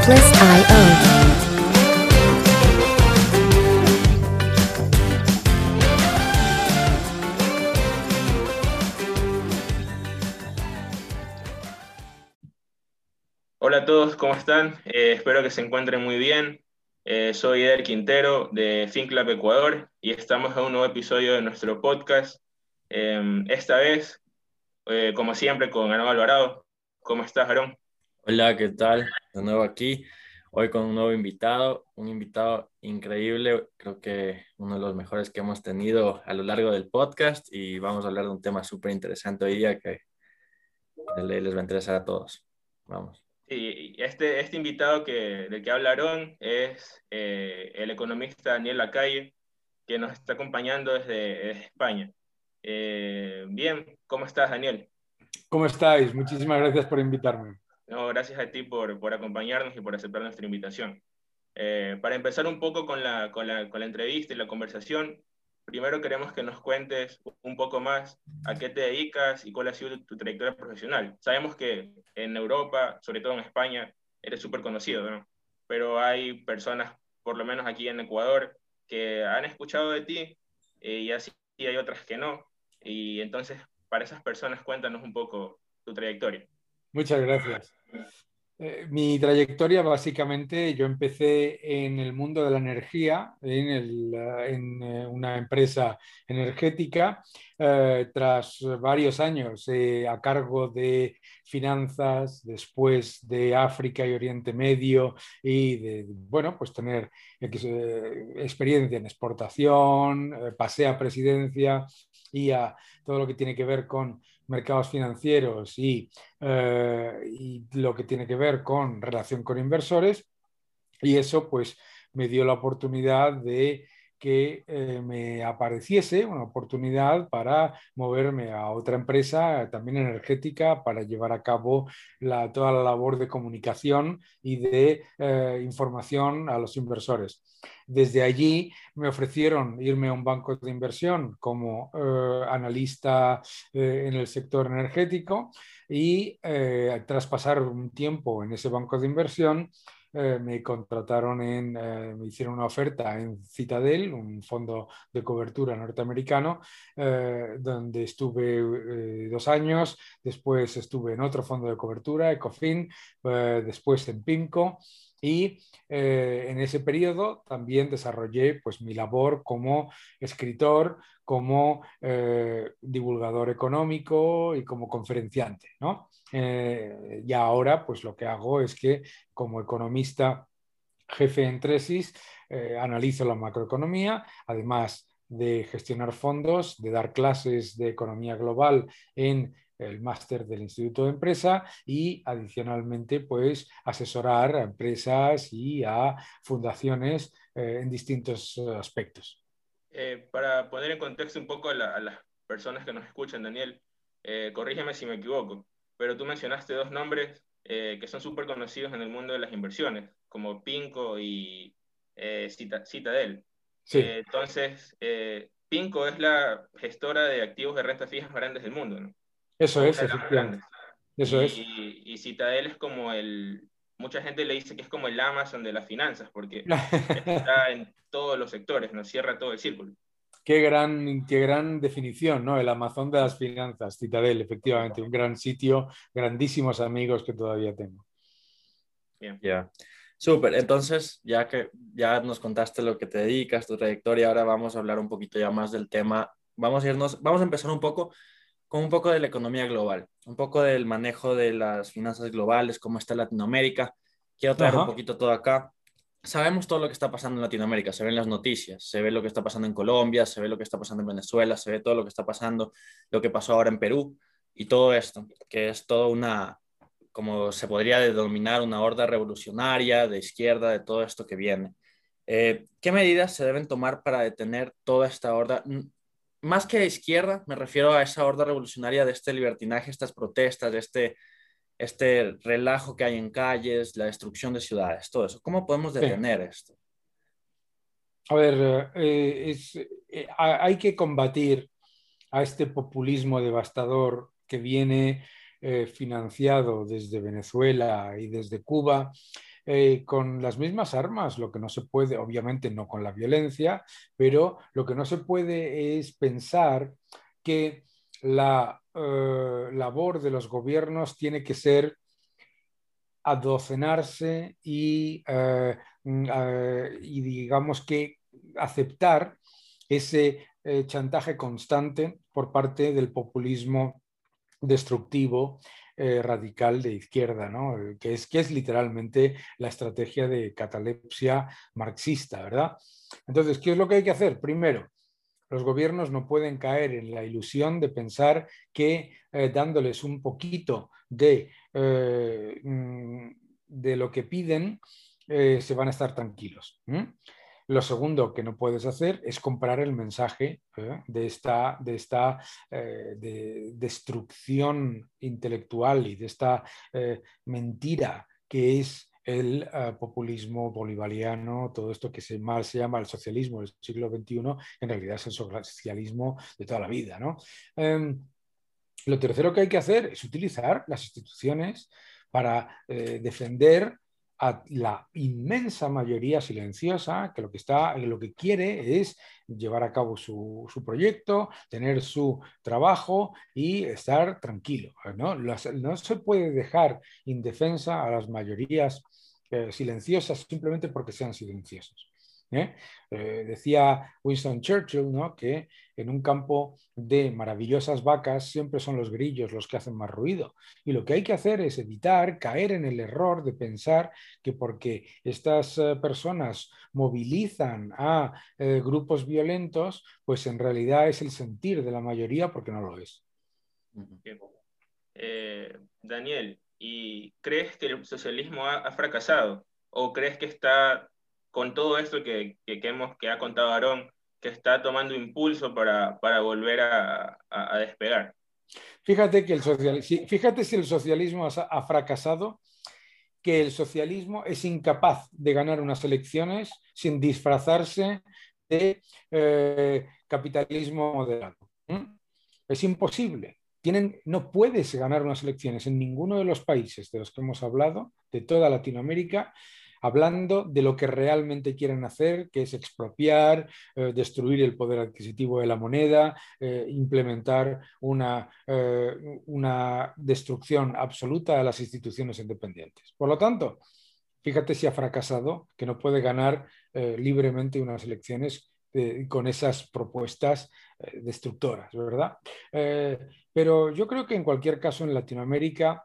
Atlas.io. Hola a todos, ¿cómo están? Espero que se encuentren muy bien. Soy Eder Quintero de FinClub Ecuador y estamos en un nuevo episodio de nuestro podcast. Esta vez, como siempre, con Aarón Alvarado. ¿Cómo estás, Aarón? Hola, ¿qué tal? De nuevo aquí, hoy con un nuevo invitado, un invitado increíble, creo que uno de los mejores que hemos tenido a lo largo del podcast y vamos a hablar de un tema súper interesante hoy día que les va a interesar a todos. Vamos. Sí, este invitado del que habla Aarón es el economista Daniel Lacalle, que nos está acompañando desde España. Bien, ¿cómo estás, Daniel? ¿Cómo estáis? Muchísimas gracias por invitarme. No, gracias a ti por acompañarnos y por aceptar nuestra invitación. Para empezar un poco con la entrevista y la conversación, primero queremos que nos cuentes un poco más a qué te dedicas y cuál ha sido tu trayectoria profesional. Sabemos que en Europa, sobre todo en España, eres súper conocido, ¿no? Pero hay personas, por lo menos aquí en Ecuador, que han escuchado de ti y así y hay otras que no. Y entonces, para esas personas, cuéntanos un poco tu trayectoria. Muchas gracias. Mi trayectoria, básicamente, yo empecé en el mundo de la energía, en una empresa energética, tras varios años a cargo de finanzas, después de África y Oriente Medio y de, bueno, pues tener experiencia en exportación, pasé a presidencia y a todo lo que tiene que ver con mercados financieros y lo que tiene que ver con relación con inversores, y eso pues me dio la oportunidad de que me apareciese una oportunidad para moverme a otra empresa también energética para llevar a cabo toda la labor de comunicación y de información a los inversores. Desde allí me ofrecieron irme a un banco de inversión como analista en el sector energético y tras pasar un tiempo en ese banco de inversión, me contrataron me hicieron una oferta en Citadel, un fondo de cobertura norteamericano, donde estuve 2 años, después estuve en otro fondo de cobertura, Ecofin, después en PIMCO. Y en ese periodo también desarrollé pues, mi labor como escritor, como divulgador económico y como conferenciante, ¿no? Y ahora pues lo que hago es que como economista jefe en Tresis analizo la macroeconomía, además de gestionar fondos, de dar clases de economía global en el máster del Instituto de Empresa y adicionalmente pues asesorar a empresas y a fundaciones en distintos aspectos. Para poner en contexto un poco a las personas que nos escuchan, Daniel, corrígeme si me equivoco, pero tú mencionaste dos nombres que son súper conocidos en el mundo de las inversiones, como Pinco y Citadel. Sí, Pinco es la gestora de activos de renta fija más grandes del mundo, ¿no? eso O una es, de las más efectivamente. grandes. Eso es. Y Citadel es como mucha gente le dice que es como el Amazon de las finanzas, porque está en todos los sectores, nos cierra todo el círculo. Qué gran definición, ¿no? El Amazon de las finanzas, Citadel, efectivamente, un gran sitio, grandísimos amigos que todavía tengo. Bien. Ya. Súper, entonces ya que ya nos contaste lo que te dedicas, tu trayectoria, ahora vamos a hablar un poquito ya más del tema. Vamos a empezar un poco con un poco de la economía global, un poco del manejo de las finanzas globales, cómo está Latinoamérica. Quiero traer un Ajá. poquito todo acá. Sabemos todo lo que está pasando en Latinoamérica, se ven las noticias, se ve lo que está pasando en Colombia, se ve lo que está pasando en Venezuela, se ve todo lo que está pasando, lo que pasó ahora en Perú y todo esto, que es toda una, como se podría denominar, una horda revolucionaria de izquierda, de todo esto que viene. ¿Qué medidas se deben tomar para detener toda esta horda? Más que de izquierda, me refiero a esa horda revolucionaria de este libertinaje, estas protestas, de este relajo que hay en calles, la destrucción de ciudades, todo eso. ¿Cómo podemos Sí. detener esto? A ver, hay que combatir a este populismo devastador que viene financiado desde Venezuela y desde Cuba con las mismas armas. Lo que no se puede, obviamente no con la violencia, pero lo que no se puede es pensar que la labor de los gobiernos tiene que ser adocenarse y digamos que aceptar ese chantaje constante por parte del populismo destructivo radical de izquierda, ¿no? Que es literalmente la estrategia de catalepsia marxista, ¿verdad? Entonces, ¿qué es lo que hay que hacer? Primero, los gobiernos no pueden caer en la ilusión de pensar que dándoles un poquito de lo que piden se van a estar tranquilos. Lo segundo que no puedes hacer es comprar el mensaje de destrucción intelectual y de esta mentira que es el populismo bolivariano, todo esto que mal se llama el socialismo del siglo XXI, en realidad es el socialismo de toda la vida, ¿no? Lo tercero que hay que hacer es utilizar las instituciones para defender a la inmensa mayoría silenciosa que lo que quiere es llevar a cabo su proyecto, tener su trabajo y estar tranquilo, ¿no? No se puede dejar indefensa a las mayorías silenciosas simplemente porque sean silenciosas. Decía Winston Churchill, ¿no?, que en un campo de maravillosas vacas siempre son los grillos los que hacen más ruido. Y lo que hay que hacer es evitar caer en el error de pensar que porque estas personas movilizan a grupos violentos, pues en realidad es el sentir de la mayoría, porque no lo es. Bien. Daniel, ¿y crees que el socialismo ha fracasado? ¿O crees que está, con todo esto que ha contado Aarón, que está tomando impulso para volver a despegar? Fíjate si el socialismo ha fracasado, que el socialismo es incapaz de ganar unas elecciones sin disfrazarse de capitalismo moderado. Es imposible. No puedes ganar unas elecciones en ninguno de los países de los que hemos hablado, de toda Latinoamérica, hablando de lo que realmente quieren hacer, que es expropiar, destruir el poder adquisitivo de la moneda, implementar una destrucción absoluta de las instituciones independientes. Por lo tanto, fíjate si ha fracasado, que no puede ganar libremente unas elecciones con esas propuestas destructoras, ¿verdad? Pero yo creo que en cualquier caso en Latinoamérica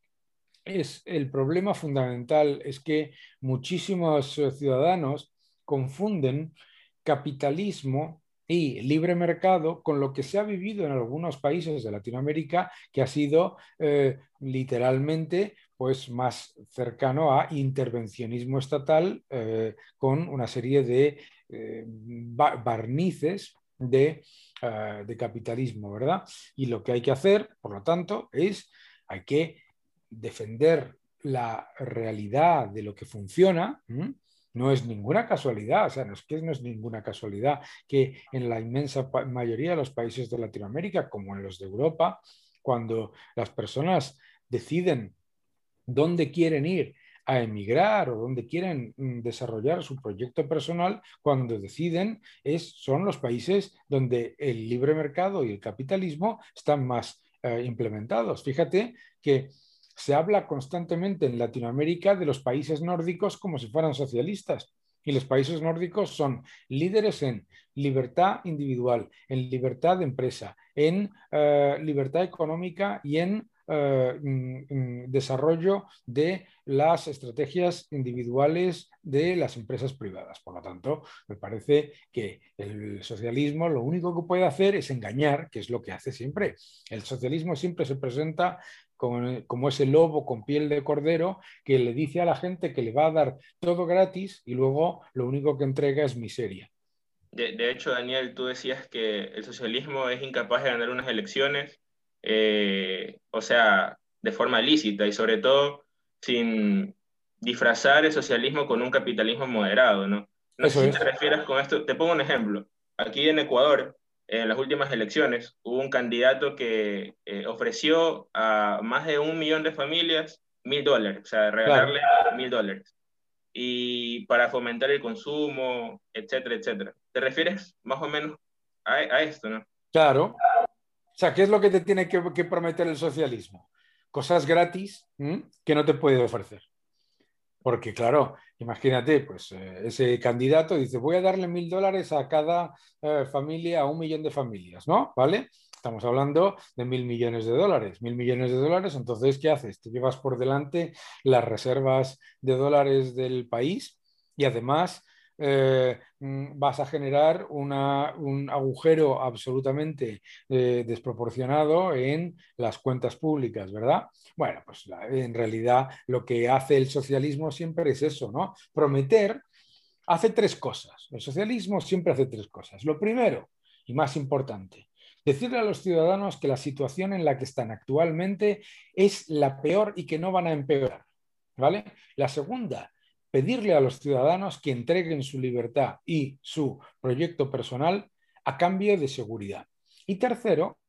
el problema fundamental es que muchísimos ciudadanos confunden capitalismo y libre mercado con lo que se ha vivido en algunos países de Latinoamérica, que ha sido literalmente pues, más cercano a intervencionismo estatal con una serie de barnices de capitalismo, ¿verdad? Y lo que hay que hacer, por lo tanto, hay que defender la realidad de lo que funciona. No es ninguna casualidad, o sea, no es ninguna casualidad que en la inmensa mayoría de los países de Latinoamérica, como en los de Europa, cuando las personas deciden dónde quieren ir a emigrar o dónde quieren desarrollar su proyecto personal, cuando deciden son los países donde el libre mercado y el capitalismo están más implementados. Fíjate que se habla constantemente en Latinoamérica de los países nórdicos como si fueran socialistas. Y los países nórdicos son líderes en libertad individual, en libertad de empresa, en libertad económica y en desarrollo de las estrategias individuales de las empresas privadas. Por lo tanto, me parece que el socialismo lo único que puede hacer es engañar, que es lo que hace siempre. El socialismo siempre se presenta como ese lobo con piel de cordero que le dice a la gente que le va a dar todo gratis y luego lo único que entrega es miseria. De hecho, Daniel, tú decías que el socialismo es incapaz de ganar unas elecciones, o sea, de forma lícita y sobre todo sin disfrazar el socialismo con un capitalismo moderado, ¿no? No Eso sé si es. te refieres con esto, te pongo un ejemplo. Aquí en Ecuador, en las últimas elecciones, hubo un candidato que ofreció a más de 1 millón de familias $1.000, o sea, Claro. regalarle $1.000. y para fomentar el consumo, etcétera, etcétera. ¿Te refieres más o menos a esto, no? Claro. O sea, ¿qué es lo que te tiene que prometer el socialismo? Cosas gratis, que no te puede ofrecer. Porque, claro, imagínate, pues ese candidato dice, voy a darle $1.000 a cada familia, a 1 millón de familias, ¿no? ¿Vale? Estamos hablando de $1.000 millones. $1.000 millones, entonces, ¿qué haces? Te llevas por delante las reservas de dólares del país y además vas a generar un agujero absolutamente desproporcionado en las cuentas públicas, ¿verdad? Bueno, pues en realidad lo que hace el socialismo siempre es eso, ¿no? Prometer hace tres cosas. El socialismo siempre hace tres cosas. Lo primero, y más importante, decirle a los ciudadanos que la situación en la que están actualmente es la peor y que no van a empeorar, ¿vale? La segunda, pedirle a los ciudadanos que entreguen su libertad y su proyecto personal a cambio de seguridad. Y tercero,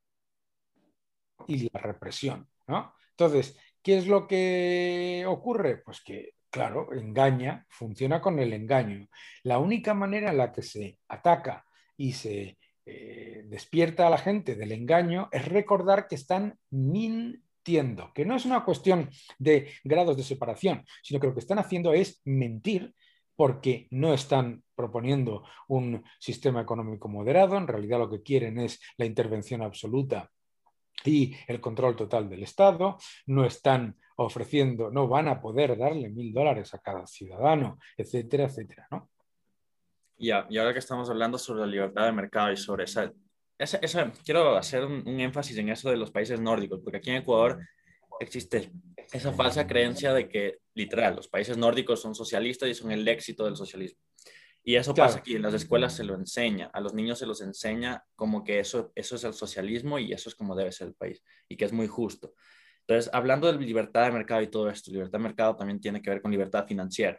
y la represión, ¿no? Entonces, ¿qué es lo que ocurre? Pues que, claro, engaña, funciona con el engaño. La única manera en la que se ataca y se despierta a la gente del engaño es recordar que están mintiendo, que no es una cuestión de grados de separación, sino que lo que están haciendo es mentir porque no están proponiendo un sistema económico moderado, en realidad lo que quieren es la intervención absoluta y el control total del Estado, no están ofreciendo, no van a poder darle $1.000 a cada ciudadano, etcétera, etcétera, ¿no? Y ahora que estamos hablando sobre la libertad de mercado y sobre quiero hacer un énfasis en eso de los países nórdicos, porque aquí en Ecuador existe esa falsa creencia de que, literal, los países nórdicos son socialistas y son el éxito del socialismo. Y eso pasa Claro. aquí, en las escuelas se lo enseña, a los niños se los enseña como que eso es el socialismo y eso es como debe ser el país y que es muy justo. Entonces, hablando de libertad de mercado y todo esto, libertad de mercado también tiene que ver con libertad financiera.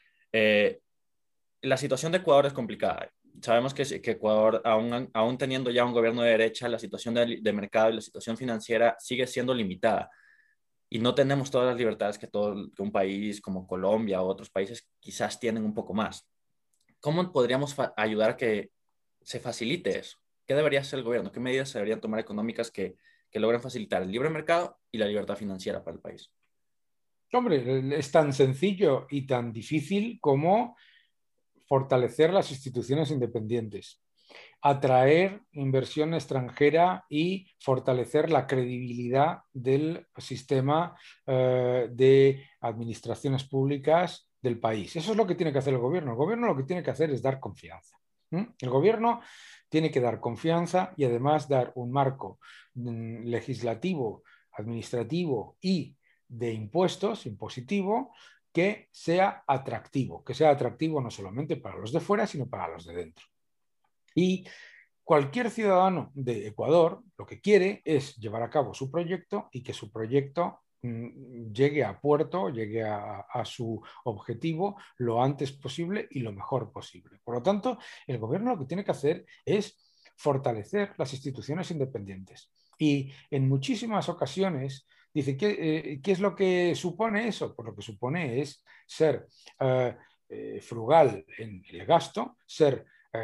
La situación de Ecuador es complicada. Sabemos que Ecuador, aún teniendo ya un gobierno de derecha, la situación de mercado y la situación financiera sigue siendo limitada y no tenemos todas las libertades que un país como Colombia o otros países quizás tienen un poco más. ¿Cómo podríamos ayudar a que se facilite eso? ¿Qué debería hacer el gobierno? ¿Qué medidas se deberían tomar económicas que logren facilitar el libre mercado y la libertad financiera para el país? Hombre, es tan sencillo y tan difícil como fortalecer las instituciones independientes, atraer inversión extranjera y fortalecer la credibilidad del sistema de administraciones públicas del país. Eso es lo que tiene que hacer el gobierno. El gobierno lo que tiene que hacer es dar confianza. El gobierno tiene que dar confianza y además dar un marco legislativo, administrativo y de impuestos, impositivo, que sea atractivo no solamente para los de fuera, sino para los de dentro. Y cualquier ciudadano de Ecuador lo que quiere es llevar a cabo su proyecto y que su proyecto llegue a puerto, llegue a su objetivo lo antes posible y lo mejor posible. Por lo tanto, el gobierno lo que tiene que hacer es fortalecer las instituciones independientes. Y en muchísimas ocasiones dice, ¿qué es lo que supone eso? Pues lo que supone es ser frugal en el gasto, ser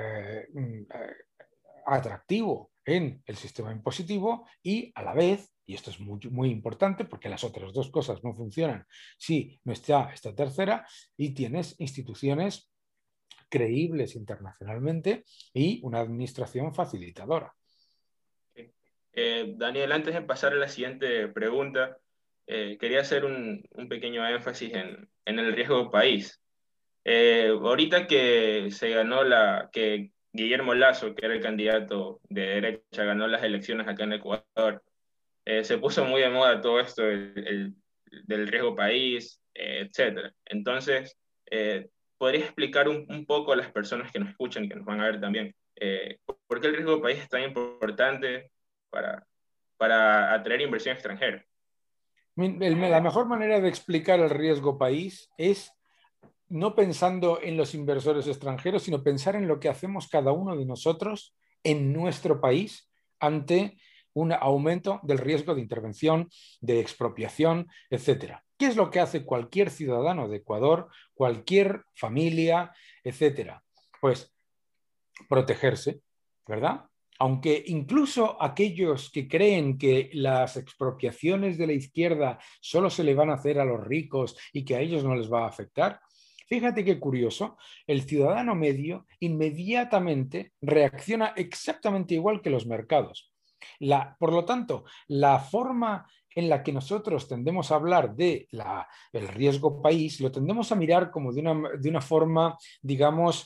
atractivo en el sistema impositivo y a la vez, y esto es muy, muy importante porque las otras dos cosas no funcionan si no está esta tercera, y tienes instituciones creíbles internacionalmente y una administración facilitadora. Daniel, antes de pasar a la siguiente pregunta, quería hacer un pequeño énfasis en el riesgo país. Ahorita que se ganó que Guillermo Lasso, que era el candidato de derecha, ganó las elecciones acá en Ecuador, se puso muy de moda todo esto del riesgo país, etc. Entonces, ¿podrías explicar un poco a las personas que nos escuchan, que nos van a ver también, por qué el riesgo país es tan importante para atraer inversión extranjera? La mejor manera de explicar el riesgo país es no pensando en los inversores extranjeros, sino pensar en lo que hacemos cada uno de nosotros en nuestro país ante un aumento del riesgo de intervención, de expropiación, etcétera. ¿Qué es lo que hace cualquier ciudadano de Ecuador, cualquier familia, etcétera? Pues protegerse, ¿verdad? Aunque incluso aquellos que creen que las expropiaciones de la izquierda solo se le van a hacer a los ricos y que a ellos no les va a afectar, fíjate qué curioso, el ciudadano medio inmediatamente reacciona exactamente igual que los mercados. Por lo tanto, la forma en la que nosotros tendemos a hablar de el riesgo país, lo tendemos a mirar como de una forma, digamos,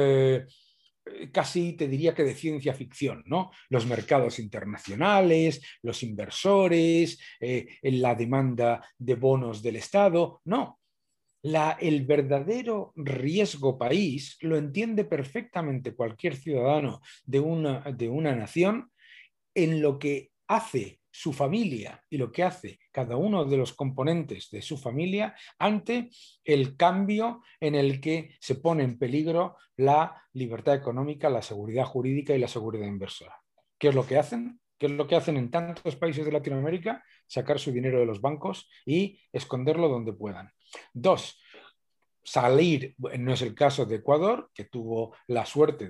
casi te diría que de ciencia ficción, ¿no? Los mercados internacionales, los inversores, la demanda de bonos del Estado, no. El verdadero riesgo país lo entiende perfectamente cualquier ciudadano de una nación en lo que hace su familia y lo que hace cada uno de los componentes de su familia ante el cambio en el que se pone en peligro la libertad económica, la seguridad jurídica y la seguridad inversora. ¿Qué es lo que hacen? ¿Qué es lo que hacen en tantos países de Latinoamérica? Sacar su dinero de los bancos y esconderlo donde puedan. Dos, salir, no es el caso de Ecuador, que tuvo la suerte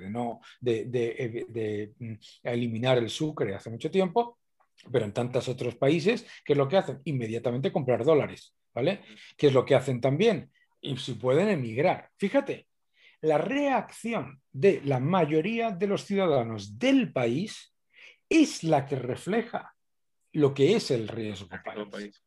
de eliminar el sucre hace mucho tiempo, pero en tantos otros países, ¿qué es lo que hacen? Inmediatamente comprar dólares, ¿vale? ¿Qué es lo que hacen también? Y si pueden emigrar. Fíjate, la reacción de la mayoría de los ciudadanos del país es la que refleja lo que es el riesgo país.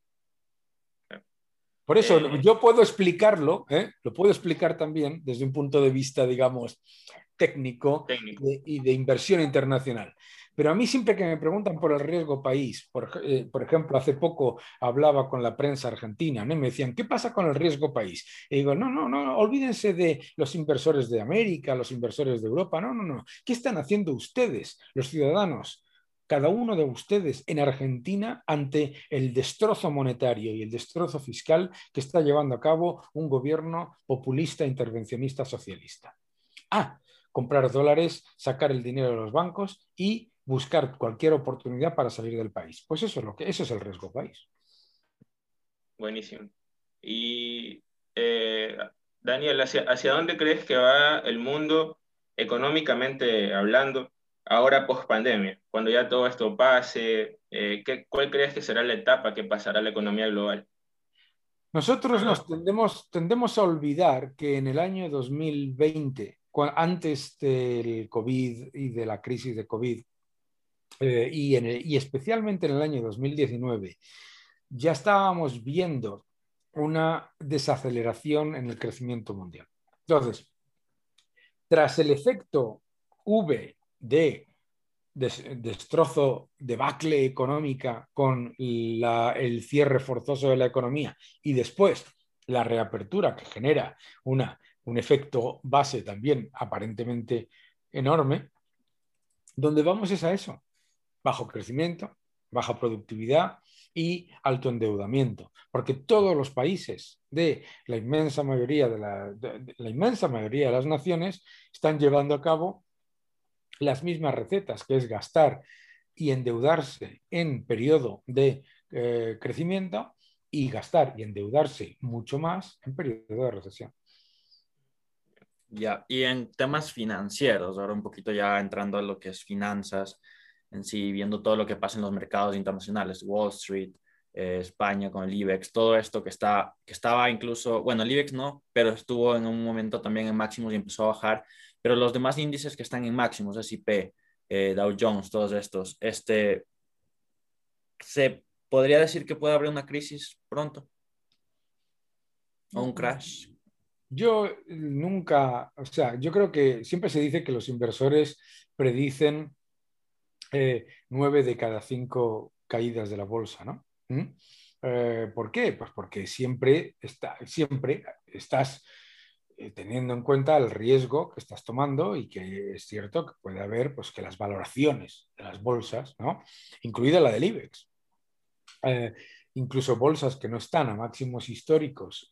Por eso yo puedo explicarlo, lo puedo explicar también desde un punto de vista, digamos, técnico. Y de inversión internacional. Pero a mí siempre que me preguntan por el riesgo país, por ejemplo, hace poco hablaba con la prensa argentina, ¿no? Y me decían, ¿qué pasa con el riesgo país? Y digo, no, olvídense de los inversores de América, los inversores de Europa, no. ¿Qué están haciendo ustedes, los ciudadanos? Cada uno de ustedes en Argentina ante el destrozo monetario y el destrozo fiscal que está llevando a cabo un gobierno populista, intervencionista, socialista. Comprar dólares, sacar el dinero de los bancos y buscar cualquier oportunidad para salir del país. Pues eso es el riesgo país. Buenísimo. Y Daniel, ¿hacia dónde crees que va el mundo económicamente hablando ahora post pandemia? Cuando ya todo esto pase, ¿cuál crees que será la etapa que pasará la economía global? Nosotros tendemos a olvidar que en el año 2020, antes del COVID y de la crisis de COVID, y especialmente en el año 2019, ya estábamos viendo una desaceleración en el crecimiento mundial. Entonces, tras el efecto V de destrozo, debacle económica con el cierre forzoso de la economía y después la reapertura que genera un efecto base también aparentemente enorme, donde vamos es a eso, bajo crecimiento, baja productividad y alto endeudamiento, porque todos los países de la inmensa mayoría de las naciones están llevando a cabo las mismas recetas, que es gastar y endeudarse en periodo de crecimiento y gastar y endeudarse mucho más en periodo de recesión. Ya, y en temas financieros, ahora un poquito ya entrando a lo que es finanzas en sí, viendo todo lo que pasa en los mercados internacionales, Wall Street, España con el IBEX, todo esto que estaba incluso, bueno, el IBEX no, pero estuvo en un momento también en máximos y empezó a bajar, pero los demás índices que están en máximos, S&P, Dow Jones, todos estos, ¿se podría decir que puede haber una crisis pronto? ¿O un crash? Yo nunca, o sea, yo creo que siempre se dice que los inversores predicen 9 de cada 5 caídas de la bolsa, ¿no? ¿Por qué? Pues porque siempre estás teniendo en cuenta el riesgo que estás tomando y que es cierto que puede haber pues, que las valoraciones de las bolsas, ¿no? Incluida la del IBEX, incluso bolsas que no están a máximos históricos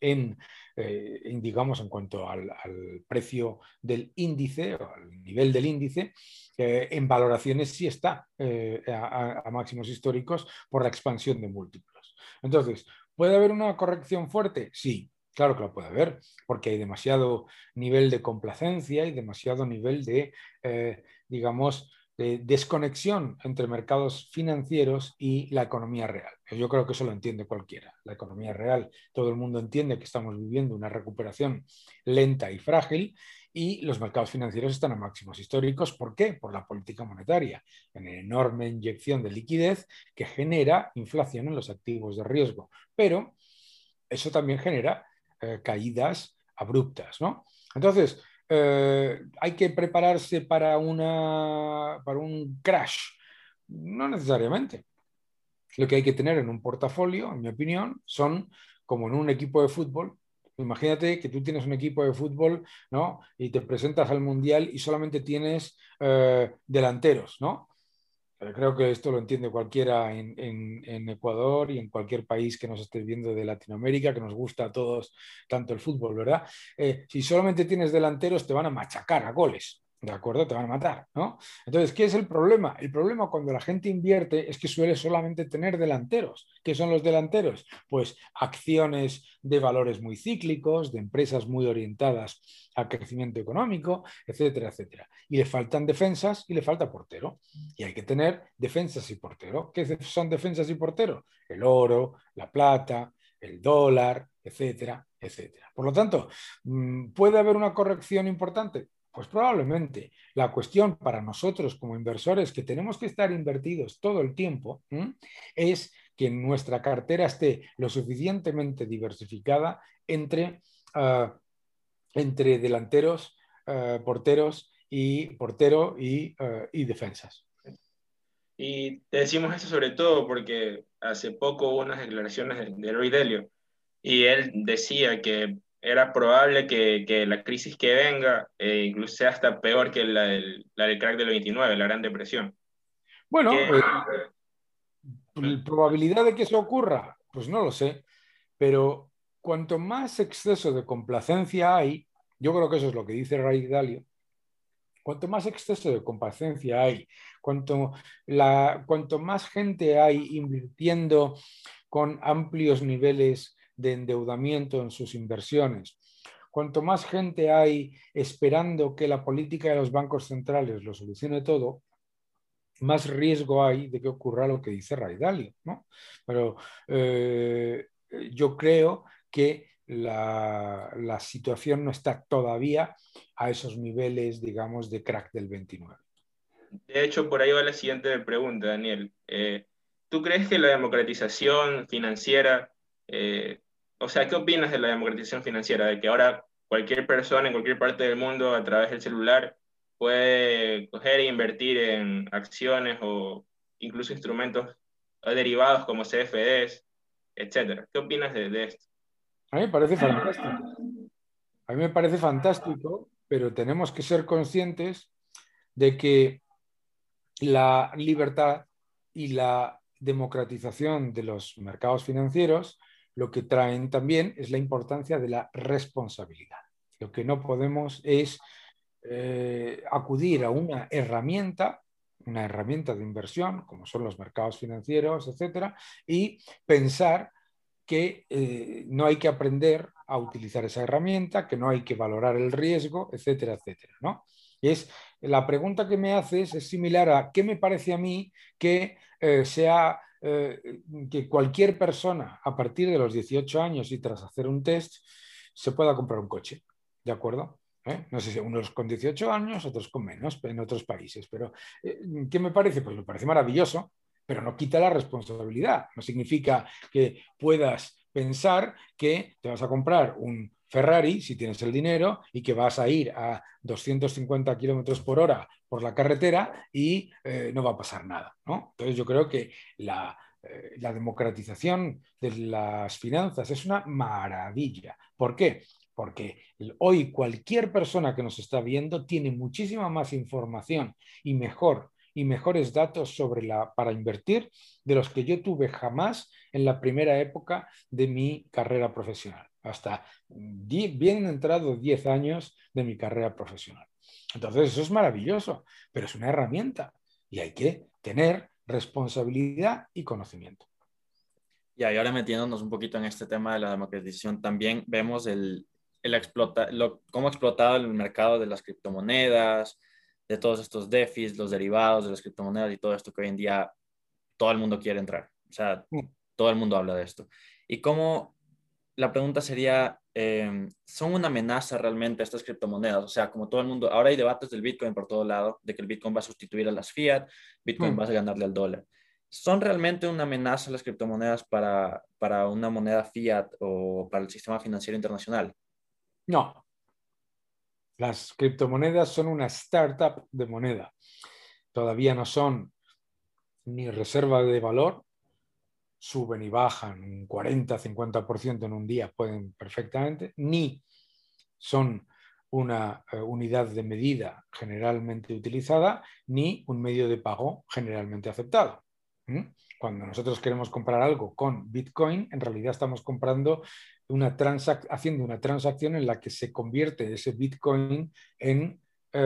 digamos, en cuanto al precio del índice o al nivel del índice, En valoraciones sí está a máximos históricos por la expansión de múltiplos. Entonces, ¿puede haber una corrección fuerte? Sí, claro que lo puede haber, porque hay demasiado nivel de complacencia y demasiado nivel de, digamos, de desconexión entre mercados financieros y la economía real. Yo creo que eso lo entiende cualquiera. La economía real, todo el mundo entiende que estamos viviendo una recuperación lenta y frágil, y los mercados financieros están a máximos históricos. ¿Por qué? Por la política monetaria, una enorme inyección de liquidez que genera inflación en los activos de riesgo. Pero eso también genera caídas abruptas, ¿no? Entonces, ¿hay que prepararse para un crash? No necesariamente. Lo que hay que tener en un portafolio, en mi opinión, son como en un equipo de fútbol. Imagínate que tú tienes un equipo de fútbol, ¿no? Y te presentas al mundial y solamente tienes delanteros, ¿no? Creo que esto lo entiende cualquiera en Ecuador y en cualquier país que nos esté viendo de Latinoamérica, que nos gusta a todos tanto el fútbol, ¿verdad? Si solamente tienes delanteros, te van a machacar a goles. ¿De acuerdo? Te van a matar, ¿no? Entonces, ¿qué es el problema? El problema cuando la gente invierte es que suele solamente tener delanteros. ¿Qué son los delanteros? Pues acciones de valores muy cíclicos, de empresas muy orientadas al crecimiento económico, etcétera, etcétera. Y le faltan defensas y le falta portero. Y hay que tener defensas y portero. ¿Qué son defensas y portero? El oro, la plata, el dólar, etcétera, etcétera. Por lo tanto, ¿puede haber una corrección importante? Pues probablemente. La cuestión para nosotros como inversores, que tenemos que estar invertidos todo el tiempo, es que nuestra cartera esté lo suficientemente diversificada entre delanteros, porteros y y defensas. Y te decimos eso sobre todo porque hace poco hubo unas declaraciones de Ray Dalio y él decía que era probable que la crisis que venga incluso sea hasta peor que la del crack del 29, la Gran Depresión. Bueno, Que, probabilidad de que eso ocurra, pues no lo sé, pero cuanto más exceso de complacencia hay, yo creo que eso es lo que dice Ray Dalio, cuanto más exceso de complacencia hay, cuanto más gente hay invirtiendo con amplios niveles de endeudamiento en sus inversiones, cuanto más gente hay esperando que la política de los bancos centrales lo solucione todo, más riesgo hay de que ocurra lo que dice Ray Dalio, ¿no? Pero yo creo que la situación no está todavía a esos niveles, digamos, de crack del 29. de hecho, por ahí va la siguiente pregunta, Daniel. ¿Tú crees que la democratización financiera, o sea, qué opinas de la democratización financiera? De que ahora cualquier persona en cualquier parte del mundo a través del celular puede coger e invertir en acciones o incluso instrumentos derivados como CFDs, etcétera. ¿Qué opinas de esto? A mí me parece fantástico. A mí me parece fantástico, pero tenemos que ser conscientes de que la libertad y la democratización de los mercados financieros lo que traen también es la importancia de la responsabilidad. Lo que no podemos es acudir a una herramienta de inversión, como son los mercados financieros, etcétera, y pensar que no hay que aprender a utilizar esa herramienta, que no hay que valorar el riesgo, etcétera, etcétera, ¿no? La pregunta que me haces es similar a ¿qué me parece a mí que que cualquier persona a partir de los 18 años y tras hacer un test se pueda comprar un coche? ¿De acuerdo? No sé si unos con 18 años, otros con menos en otros países, pero ¿qué me parece? Pues me parece maravilloso, pero no quita la responsabilidad. No significa que puedas pensar que te vas a comprar un Ferrari si tienes el dinero y que vas a ir a 250 kilómetros por hora por la carretera y no va a pasar nada, ¿no? Entonces yo creo que la democratización de las finanzas es una maravilla. ¿Por qué? Porque hoy cualquier persona que nos está viendo tiene muchísima más información y mejores datos para invertir de los que yo tuve jamás en la primera época de mi carrera profesional, hasta bien entrado 10 años de mi carrera profesional. Entonces, eso es maravilloso, pero es una herramienta y hay que tener responsabilidad y conocimiento. Y ahora metiéndonos un poquito en este tema de la democratización, también vemos cómo ha explotado el mercado de las criptomonedas, de todos estos DeFis, los derivados de las criptomonedas y todo esto que hoy en día todo el mundo quiere entrar. O sea, todo el mundo habla de esto. Y cómo, la pregunta sería, ¿son una amenaza realmente estas criptomonedas? O sea, como todo el mundo, ahora hay debates del Bitcoin por todo lado, de que el Bitcoin va a sustituir a las fiat, Bitcoin va a ganarle al dólar. ¿Son realmente una amenaza las criptomonedas para una moneda fiat o para el sistema financiero internacional? No, las criptomonedas son una startup de moneda. Todavía no son ni reserva de valor, suben y bajan un 40-50% en un día, pueden perfectamente, ni son una unidad de medida generalmente utilizada, ni un medio de pago generalmente aceptado. Cuando nosotros queremos comprar algo con Bitcoin, en realidad estamos comprando haciendo una transacción en la que se convierte ese Bitcoin en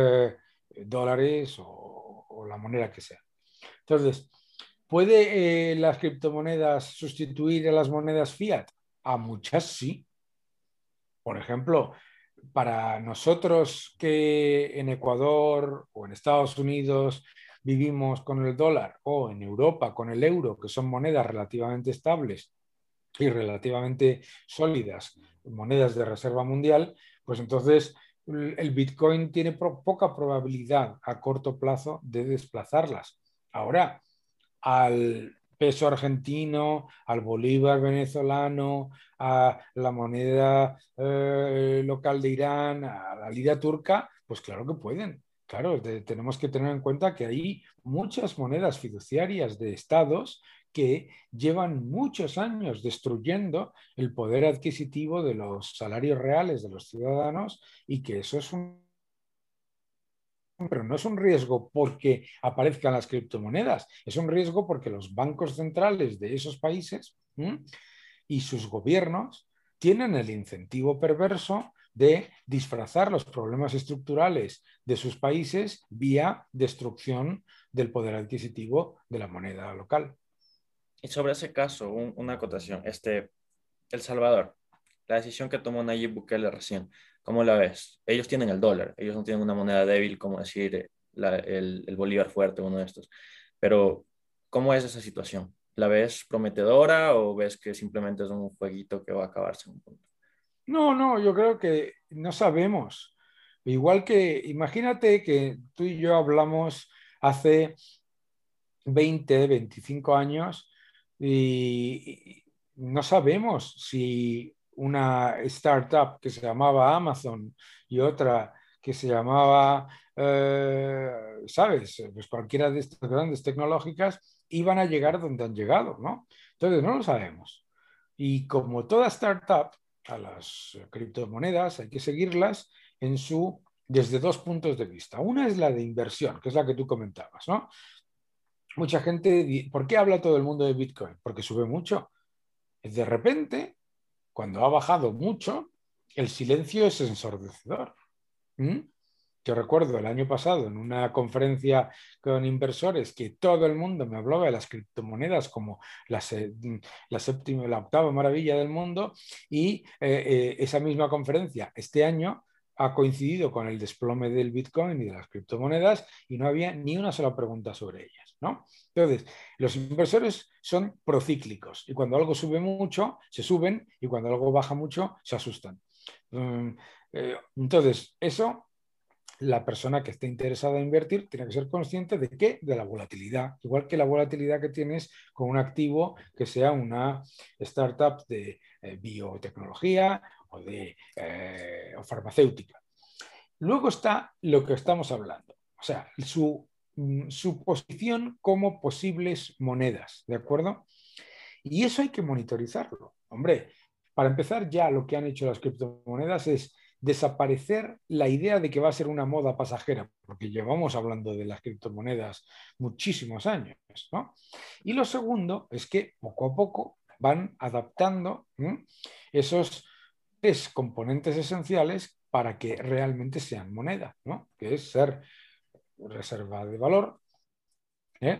dólares o la moneda que sea. Entonces, ¿puede las criptomonedas sustituir a las monedas fiat? A muchas sí. Por ejemplo, para nosotros que en Ecuador o en Estados Unidos vivimos con el dólar o en Europa con el euro, que son monedas relativamente estables y relativamente sólidas, monedas de reserva mundial, pues entonces el Bitcoin tiene poca probabilidad a corto plazo de desplazarlas. Ahora, al peso argentino, al bolívar venezolano, a la moneda local de Irán, a la lira turca, pues claro que pueden. Claro, tenemos que tener en cuenta que hay muchas monedas fiduciarias de estados que llevan muchos años destruyendo el poder adquisitivo de los salarios reales de los ciudadanos y que eso es pero no es un riesgo porque aparezcan las criptomonedas, es un riesgo porque los bancos centrales de esos países y sus gobiernos tienen el incentivo perverso de disfrazar los problemas estructurales de sus países vía destrucción del poder adquisitivo de la moneda local. Y sobre ese caso, una acotación. El Salvador, la decisión que tomó Nayib Bukele recién, ¿cómo la ves? Ellos tienen el dólar, ellos no tienen una moneda débil como decir el bolívar fuerte, uno de estos. Pero, ¿cómo es esa situación? ¿La ves prometedora o ves que simplemente es un jueguito que va a acabarse en un punto? No, yo creo que no sabemos. Igual que, imagínate que tú y yo hablamos hace 20-25 años y no sabemos si una startup que se llamaba Amazon y otra que se llamaba, ¿sabes? Pues cualquiera de estas grandes tecnológicas iban a llegar donde han llegado, ¿no? Entonces no lo sabemos. Y como toda startup, a las criptomonedas hay que seguirlas desde dos puntos de vista. Una es la de inversión, que es la que tú comentabas, ¿no? Mucha gente, ¿por qué habla todo el mundo de Bitcoin? Porque sube mucho. De repente, cuando ha bajado mucho, el silencio es ensordecedor. Yo recuerdo el año pasado en una conferencia con inversores que todo el mundo me hablaba de las criptomonedas como la séptima, la octava maravilla del mundo y esa misma conferencia este año ha coincidido con el desplome del Bitcoin y de las criptomonedas y no había ni una sola pregunta sobre ellas, ¿no? Entonces, los inversores son procíclicos y cuando algo sube mucho, se suben y cuando algo baja mucho, se asustan. Entonces, eso la persona que esté interesada en invertir tiene que ser consciente de qué, de la volatilidad, igual que la volatilidad que tienes con un activo que sea una startup de biotecnología o farmacéutica. Luego está lo que estamos hablando, o sea, su posición como posibles monedas, ¿de acuerdo? Y eso hay que monitorizarlo. Hombre, para empezar ya lo que han hecho las criptomonedas es desaparecer la idea de que va a ser una moda pasajera, porque llevamos hablando de las criptomonedas muchísimos años, ¿no? Y lo segundo es que poco a poco van adaptando esos tres componentes esenciales para que realmente sean moneda, ¿no? Que es ser reserva de valor, ¿eh?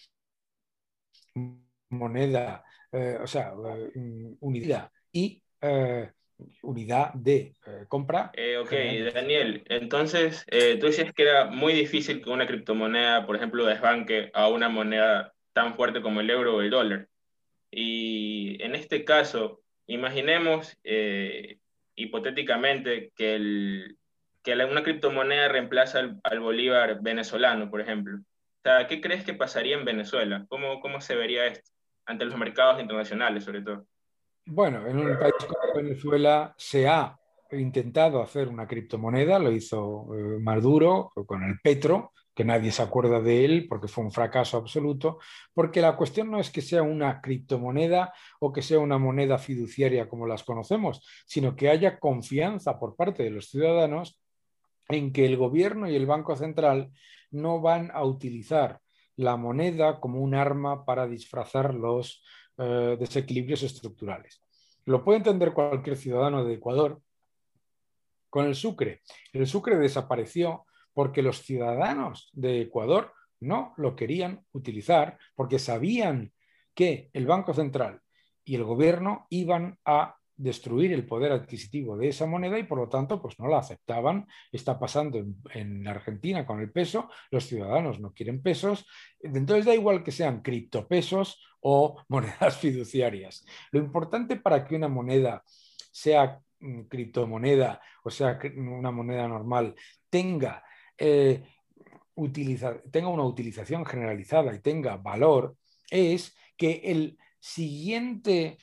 Moneda, o sea, unidad y unidad de compra. Ok, Daniel, entonces tú decías que era muy difícil que una criptomoneda, por ejemplo, desbanque a una moneda tan fuerte como el euro o el dólar. Y en este caso, imaginemos hipotéticamente que, una criptomoneda reemplaza al bolívar venezolano, por ejemplo. O sea, ¿qué crees que pasaría en Venezuela? ¿Cómo se vería esto ante los mercados internacionales, sobre todo? Bueno, en un país como Venezuela se ha intentado hacer una criptomoneda, lo hizo Maduro con el Petro, que nadie se acuerda de él porque fue un fracaso absoluto, porque la cuestión no es que sea una criptomoneda o que sea una moneda fiduciaria como las conocemos, sino que haya confianza por parte de los ciudadanos en que el gobierno y el Banco Central no van a utilizar la moneda como un arma para disfrazar los desequilibrios estructurales. Lo puede entender cualquier ciudadano de Ecuador con el sucre. El sucre desapareció porque los ciudadanos de Ecuador no lo querían utilizar porque sabían que el Banco Central y el gobierno iban a destruir el poder adquisitivo de esa moneda y por lo tanto pues no la aceptaban. Está pasando en Argentina con el peso, los ciudadanos no quieren pesos, entonces da igual que sean criptopesos o monedas fiduciarias. Lo importante para que una moneda sea criptomoneda, o sea, una moneda normal, tenga, tenga una utilización generalizada y tenga valor, es que el siguiente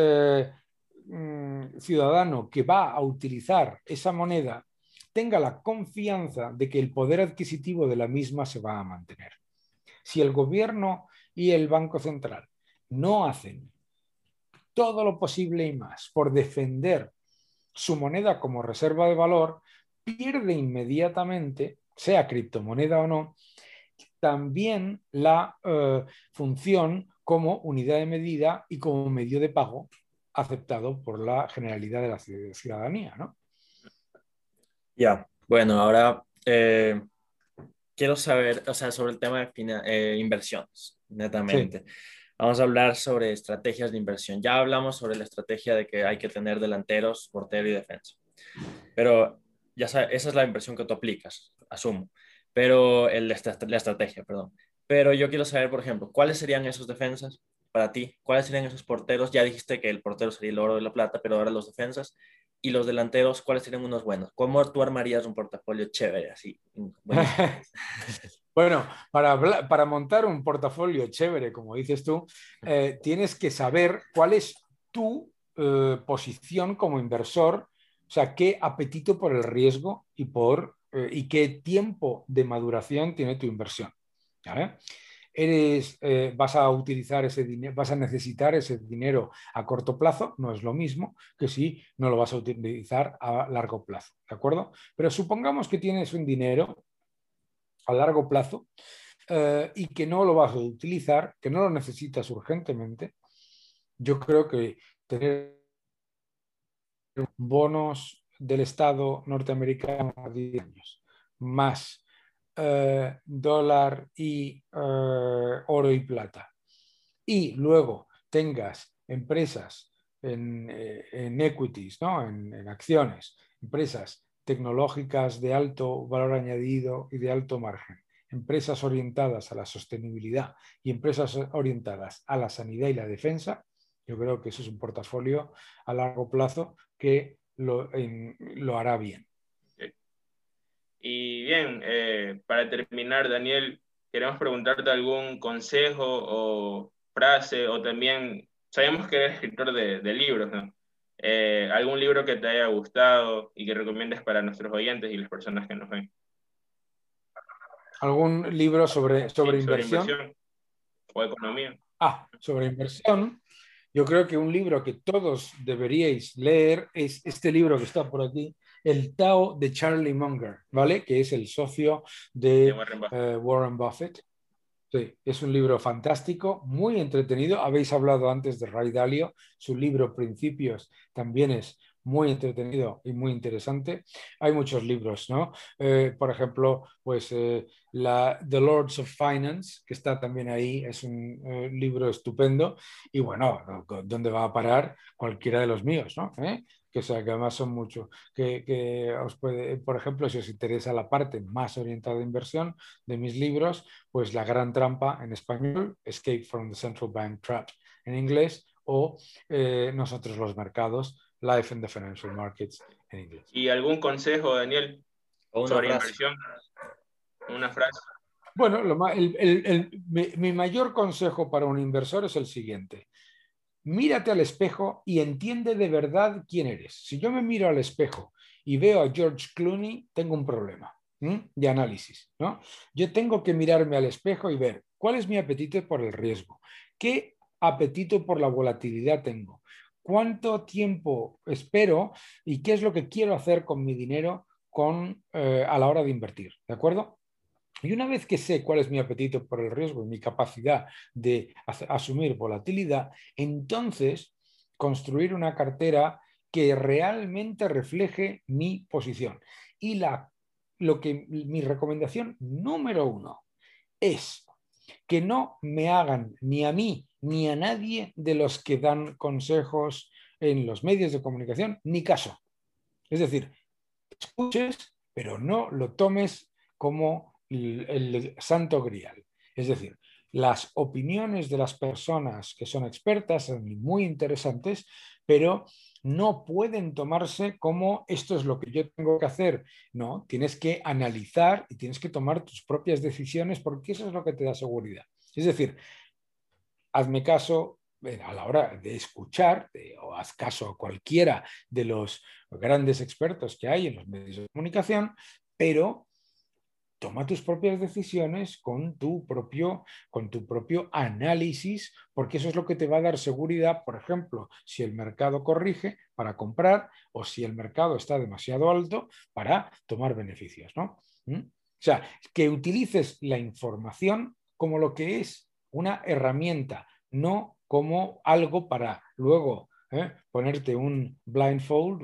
ciudadano que va a utilizar esa moneda tenga la confianza de que el poder adquisitivo de la misma se va a mantener. Si el gobierno y el Banco Central no hacen todo lo posible y más por defender su moneda como reserva de valor, pierde inmediatamente, sea criptomoneda o no, también la función como unidad de medida y como medio de pago aceptado por la generalidad de la ciudadanía, ¿no? Ya, bueno, ahora quiero saber, o sea, sobre el tema de inversiones, Sí. netamente. Vamos a hablar sobre estrategias de inversión. Ya hablamos sobre la estrategia de que hay que tener delanteros, portero y defensa. Pero ya sabes, esa es la inversión que tú aplicas, asumo. Pero la estrategia, perdón. Pero yo quiero saber, por ejemplo, ¿cuáles serían esos defensas para ti? ¿Cuáles serían esos porteros? Ya dijiste que el portero sería el oro y la plata, pero ahora los defensas. Y los delanteros, ¿cuáles serían unos buenos? ¿Cómo tú armarías un portafolio chévere, así? Buenísimo. Bueno, para montar un portafolio chévere, como dices tú, tienes que saber cuál es tu posición como inversor, o sea, qué apetito por el riesgo y qué tiempo de maduración tiene tu inversión. ¿Vale? Vas a utilizar ese dinero, vas a necesitar ese dinero a corto plazo, no es lo mismo que si no lo vas a utilizar a largo plazo, ¿de acuerdo? Pero supongamos que tienes un dinero a largo plazo y que no lo vas a utilizar, que no lo necesitas urgentemente. Yo creo que tener bonos del Estado norteamericano a 10 años, más dólar y oro y plata, y luego tengas empresas en equities, ¿no? en acciones, empresas tecnológicas de alto valor añadido y de alto margen, empresas orientadas a la sostenibilidad y empresas orientadas a la sanidad y la defensa, yo creo que eso es un portafolio a largo plazo que lo hará bien. Y bien, para terminar, Daniel, queremos preguntarte algún consejo o frase, o también, sabemos que eres escritor de libros, ¿no? Algún libro que te haya gustado y que recomiendes para nuestros oyentes y las personas que nos ven. ¿Algún libro sobre Sí, sobre inversión? inversión o economía. Sobre inversión. Yo creo que un libro que todos deberíais leer es este libro que está por aquí, El Tao de Charlie Munger, ¿vale? Que es el socio De de Warren Buffett. Warren Buffett. Sí, es un libro fantástico, muy entretenido. Habéis hablado antes de Ray Dalio, su libro Principios también es muy entretenido y muy interesante. Hay muchos libros, ¿no? Por ejemplo, pues The Lords of Finance, que está también ahí, es un libro estupendo. Y bueno, ¿dónde va a parar cualquiera de los míos, ¿no? Que, o sea, que además son muchos. Que os puede, por ejemplo, si os interesa la parte más orientada a inversión de mis libros, pues La Gran Trampa en español, Escape from the Central Bank Trap en inglés, o Nosotros los Mercados, Life in the Financial Markets en inglés. ¿Y algún consejo, Daniel, O una sobre frase. inversión? Una frase. Bueno, mi mayor consejo para un inversor es el siguiente. Mírate al espejo y entiende de verdad quién eres. Si yo me miro al espejo y veo a George Clooney, tengo un problema de análisis, ¿no? Yo tengo que mirarme al espejo y ver cuál es mi apetito por el riesgo, qué apetito por la volatilidad tengo, cuánto tiempo espero y qué es lo que quiero hacer con mi dinero a la hora de invertir, ¿de acuerdo? Y una vez que sé cuál es mi apetito por el riesgo y mi capacidad de asumir volatilidad, entonces construir una cartera que realmente refleje mi posición. Y mi recomendación número uno es que no me hagan ni a mí ni a nadie de los que dan consejos en los medios de comunicación ni caso. Es decir, escuches, pero no lo tomes como el santo grial. Es decir, las opiniones de las personas que son expertas son muy interesantes, pero no pueden tomarse como esto es lo que yo tengo que hacer. No, tienes que analizar y tienes que tomar tus propias decisiones porque eso es lo que te da seguridad. Es decir, hazme caso a la hora de escuchar o haz caso a cualquiera de los grandes expertos que hay en los medios de comunicación, pero toma tus propias decisiones con tu propio análisis, porque eso es lo que te va a dar seguridad, por ejemplo, si el mercado corrige para comprar o si el mercado está demasiado alto para tomar beneficios, ¿no? O sea, que utilices la información como lo que es una herramienta, no como algo para luego ponerte un blindfold,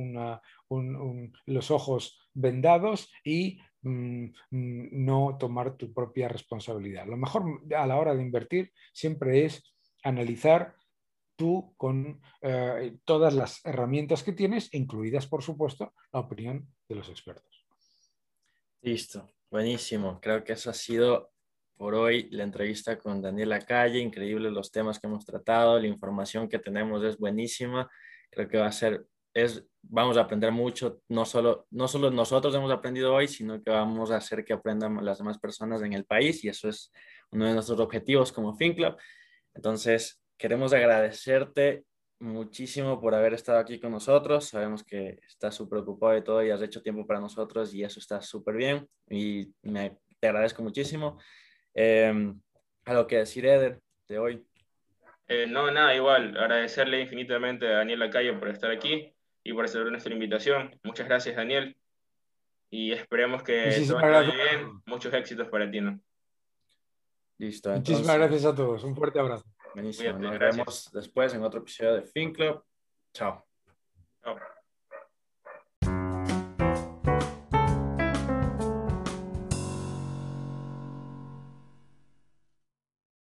los ojos vendados y no tomar tu propia responsabilidad. Lo mejor a la hora de invertir siempre es analizar tú con todas las herramientas que tienes, incluidas, por supuesto, la opinión de los expertos. Listo, buenísimo. Creo que eso ha sido por hoy la entrevista con Daniel Lacalle. Increíbles los temas que hemos tratado, la información que tenemos es buenísima. Creo que vamos a aprender mucho. No solo nosotros hemos aprendido hoy, sino que vamos a hacer que aprendan las demás personas en el país y eso es uno de nuestros objetivos como FinClub. Entonces, queremos agradecerte muchísimo por haber estado aquí con nosotros. Sabemos que estás súper ocupado y todo y has hecho tiempo para nosotros y eso está súper bien y te agradezco muchísimo. ¿Algo que decir, Eder, de hoy? No, nada, igual, agradecerle infinitamente a Daniel Lacayo por estar aquí y por aceptar nuestra invitación. Muchas gracias, Daniel, y esperemos que todo Muchísimas te vaya gracias a bien. todos. Muchos éxitos para ti, ¿no? Listo, Muchísimas entonces, gracias a todos. Un fuerte abrazo. buenísimo. Cuídate, Nos gracias. vemos después en otro episodio de FinClub. Chao. Chao.